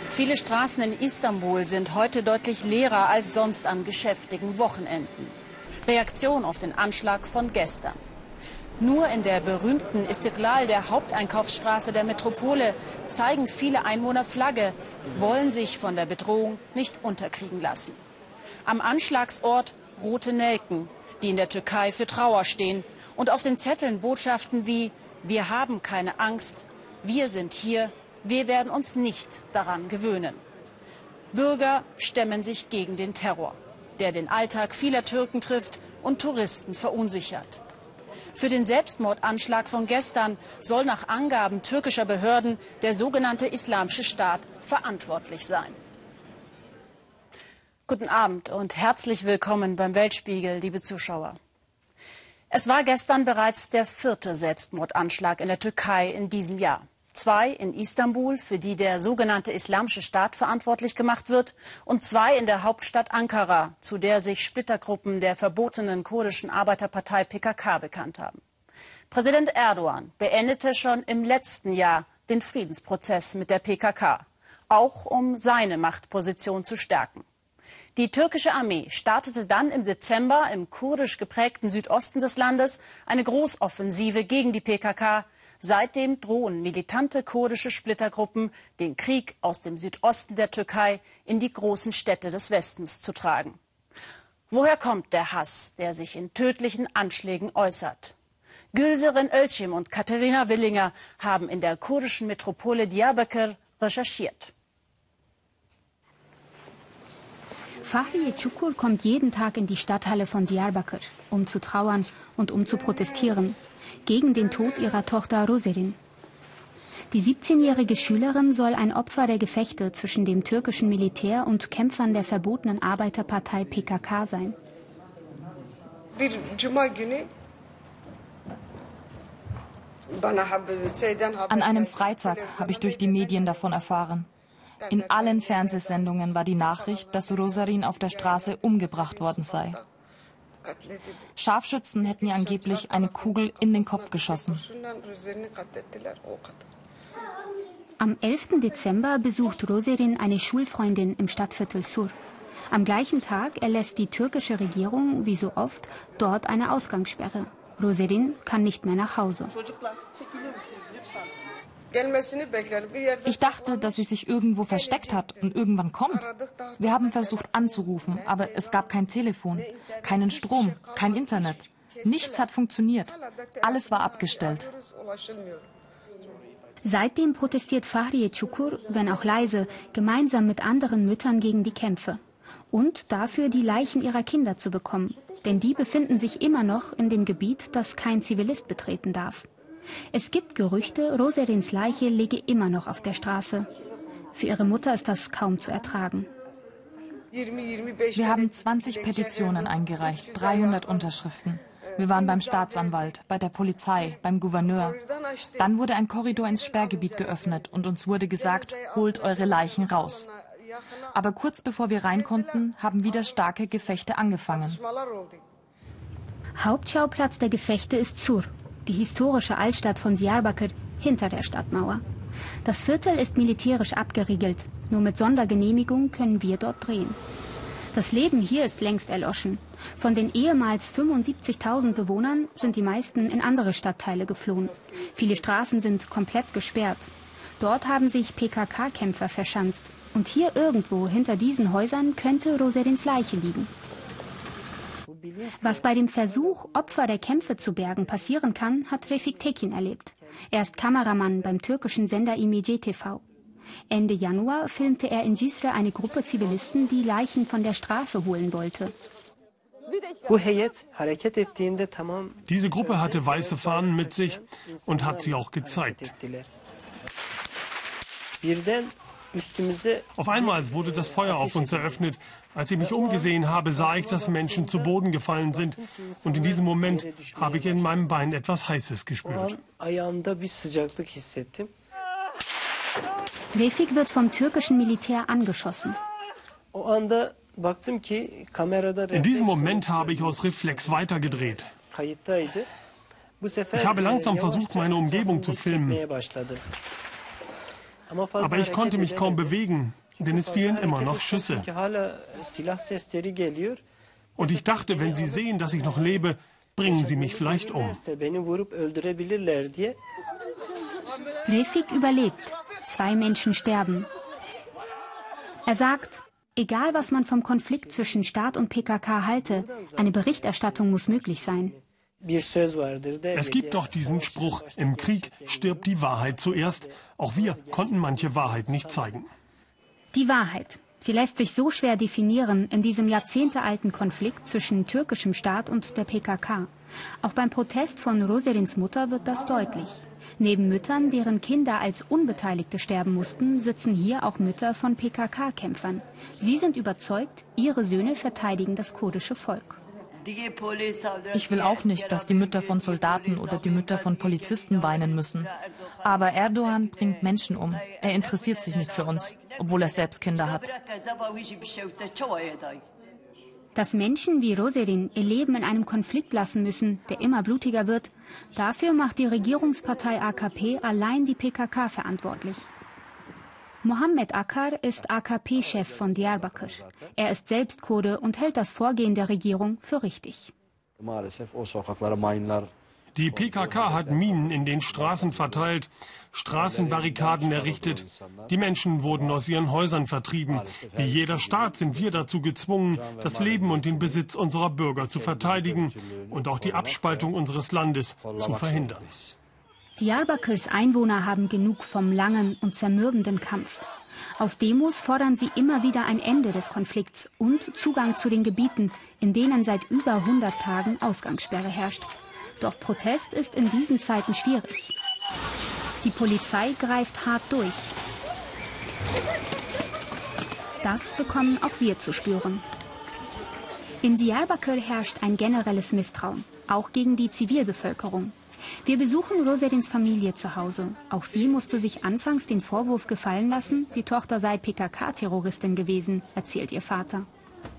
Viele Straßen in Istanbul sind heute deutlich leerer als sonst an geschäftigen Wochenenden. Reaktion auf den Anschlag von gestern. Nur in der berühmten Istiklal, der Haupteinkaufsstraße der Metropole, zeigen viele Einwohner Flagge, wollen sich von der Bedrohung nicht unterkriegen lassen. Am Anschlagsort rote Nelken, die in der Türkei für Trauer stehen, und auf den Zetteln Botschaften wie: Wir haben keine Angst, wir sind hier, wir werden uns nicht daran gewöhnen. Bürger stemmen sich gegen den Terror, der den Alltag vieler Türken trifft und Touristen verunsichert. Für den Selbstmordanschlag von gestern soll nach Angaben türkischer Behörden der sogenannte Islamische Staat verantwortlich sein. Guten Abend und herzlich willkommen beim Weltspiegel, liebe Zuschauer. Es war gestern bereits der 4. Selbstmordanschlag in der Türkei in diesem Jahr. 2 in Istanbul, für die der sogenannte Islamische Staat verantwortlich gemacht wird, und 2 in der Hauptstadt Ankara, zu der sich Splittergruppen der verbotenen kurdischen Arbeiterpartei PKK bekannt haben. Präsident Erdogan beendete schon im letzten Jahr den Friedensprozess mit der PKK, auch um seine Machtposition zu stärken. Die türkische Armee startete dann im Dezember im kurdisch geprägten Südosten des Landes eine Großoffensive gegen die PKK. Seitdem drohen militante kurdische Splittergruppen, den Krieg aus dem Südosten der Türkei in die großen Städte des Westens zu tragen. Woher kommt der Hass, der sich in tödlichen Anschlägen äußert? Gülserin Ölçim und Katharina Willinger haben in der kurdischen Metropole Diyarbakır recherchiert. Fahriye Çukur kommt jeden Tag in die Stadthalle von Diyarbakır, um zu trauern und um zu protestieren gegen den Tod ihrer Tochter Rozerin. Die 17-jährige Schülerin soll ein Opfer der Gefechte zwischen dem türkischen Militär und Kämpfern der verbotenen Arbeiterpartei PKK sein. An einem Freitag habe ich durch die Medien davon erfahren. In allen Fernsehsendungen war die Nachricht, dass Rozerin auf der Straße umgebracht worden sei. Scharfschützen hätten ihr angeblich eine Kugel in den Kopf geschossen. Am 11. Dezember besucht Rozerin eine Schulfreundin im Stadtviertel Sur. Am gleichen Tag erlässt die türkische Regierung, wie so oft, dort eine Ausgangssperre. Rozerin kann nicht mehr nach Hause. Ich dachte, dass sie sich irgendwo versteckt hat und irgendwann kommt. Wir haben versucht anzurufen, aber es gab kein Telefon, keinen Strom, kein Internet. Nichts hat funktioniert. Alles war abgestellt. Seitdem protestiert Fahriye Çukur, wenn auch leise, gemeinsam mit anderen Müttern gegen die Kämpfe. Und dafür, die Leichen ihrer Kinder zu bekommen. Denn die befinden sich immer noch in dem Gebiet, das kein Zivilist betreten darf. Es gibt Gerüchte, Rozerins Leiche liege immer noch auf der Straße. Für ihre Mutter ist das kaum zu ertragen. Wir haben 20 Petitionen eingereicht, 300 Unterschriften. Wir waren beim Staatsanwalt, bei der Polizei, beim Gouverneur. Dann wurde ein Korridor ins Sperrgebiet geöffnet und uns wurde gesagt, holt eure Leichen raus. Aber kurz bevor wir rein konnten, haben wieder starke Gefechte angefangen. Hauptschauplatz der Gefechte ist Sur, die historische Altstadt von Diyarbakır hinter der Stadtmauer. Das Viertel ist militärisch abgeriegelt. Nur mit Sondergenehmigung können wir dort drehen. Das Leben hier ist längst erloschen. Von den ehemals 75.000 Bewohnern sind die meisten in andere Stadtteile geflohen. Viele Straßen sind komplett gesperrt. Dort haben sich PKK-Kämpfer verschanzt. Und hier irgendwo hinter diesen Häusern könnte Rozerins Leiche liegen. Was bei dem Versuch, Opfer der Kämpfe zu bergen, passieren kann, hat Refik Tekin erlebt. Er ist Kameramann beim türkischen Sender IMG TV. Ende Januar filmte er in Cizre eine Gruppe Zivilisten, die Leichen von der Straße holen wollte. Diese Gruppe hatte weiße Fahnen mit sich und hat sie auch gezeigt. Auf einmal wurde das Feuer auf uns eröffnet. Als ich mich umgesehen habe, sah ich, dass Menschen zu Boden gefallen sind. Und in diesem Moment habe ich in meinem Bein etwas Heißes gespürt. Refik wird vom türkischen Militär angeschossen. In diesem Moment habe ich aus Reflex weitergedreht. Ich habe langsam versucht, meine Umgebung zu filmen. Aber ich konnte mich kaum bewegen, denn es fielen immer noch Schüsse. Und ich dachte, wenn sie sehen, dass ich noch lebe, bringen sie mich vielleicht um. Refik überlebt. 2 Menschen sterben. Er sagt, egal was man vom Konflikt zwischen Staat und PKK halte, eine Berichterstattung muss möglich sein. Es gibt doch diesen Spruch, im Krieg stirbt die Wahrheit zuerst. Auch wir konnten manche Wahrheit nicht zeigen. Die Wahrheit. Sie lässt sich so schwer definieren in diesem jahrzehntealten Konflikt zwischen türkischem Staat und der PKK. Auch beim Protest von Roserins Mutter wird das deutlich. Neben Müttern, deren Kinder als Unbeteiligte sterben mussten, sitzen hier auch Mütter von PKK-Kämpfern. Sie sind überzeugt, ihre Söhne verteidigen das kurdische Volk. Ich will auch nicht, dass die Mütter von Soldaten oder die Mütter von Polizisten weinen müssen. Aber Erdogan bringt Menschen um. Er interessiert sich nicht für uns, obwohl er selbst Kinder hat. Dass Menschen wie Roserin ihr Leben in einem Konflikt lassen müssen, der immer blutiger wird, dafür macht die Regierungspartei AKP allein die PKK verantwortlich. Mohammed Akar ist AKP-Chef von Diyarbakır. Er ist selbst Kurde und hält das Vorgehen der Regierung für richtig. Die PKK hat Minen in den Straßen verteilt, Straßenbarrikaden errichtet. Die Menschen wurden aus ihren Häusern vertrieben. Wie jeder Staat sind wir dazu gezwungen, das Leben und den Besitz unserer Bürger zu verteidigen und auch die Abspaltung unseres Landes zu verhindern. Diyarbakırs Einwohner haben genug vom langen und zermürbenden Kampf. Auf Demos fordern sie immer wieder ein Ende des Konflikts und Zugang zu den Gebieten, in denen seit über 100 Tagen Ausgangssperre herrscht. Doch Protest ist in diesen Zeiten schwierig. Die Polizei greift hart durch. Das bekommen auch wir zu spüren. In Diyarbakır herrscht ein generelles Misstrauen, auch gegen die Zivilbevölkerung. Wir besuchen Roserins Familie zu Hause. Auch sie musste sich anfangs den Vorwurf gefallen lassen, die Tochter sei PKK-Terroristin gewesen, erzählt ihr Vater.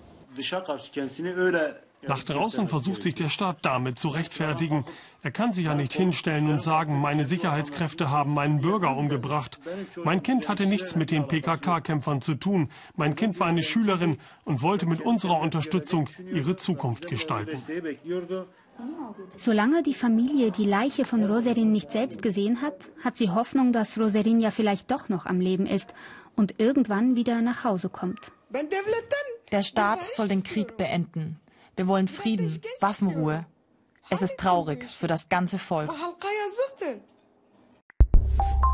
Nach draußen versucht sich der Staat damit zu rechtfertigen. Er kann sich ja nicht hinstellen und sagen, meine Sicherheitskräfte haben meinen Bürger umgebracht. Mein Kind hatte nichts mit den PKK-Kämpfern zu tun. Mein Kind war eine Schülerin und wollte mit unserer Unterstützung ihre Zukunft gestalten. Solange die Familie die Leiche von Roserin nicht selbst gesehen hat, hat sie Hoffnung, dass Roserin ja vielleicht doch noch am Leben ist und irgendwann wieder nach Hause kommt. Der Staat soll den Krieg beenden. Wir wollen Frieden, Waffenruhe. Es ist traurig für das ganze Volk.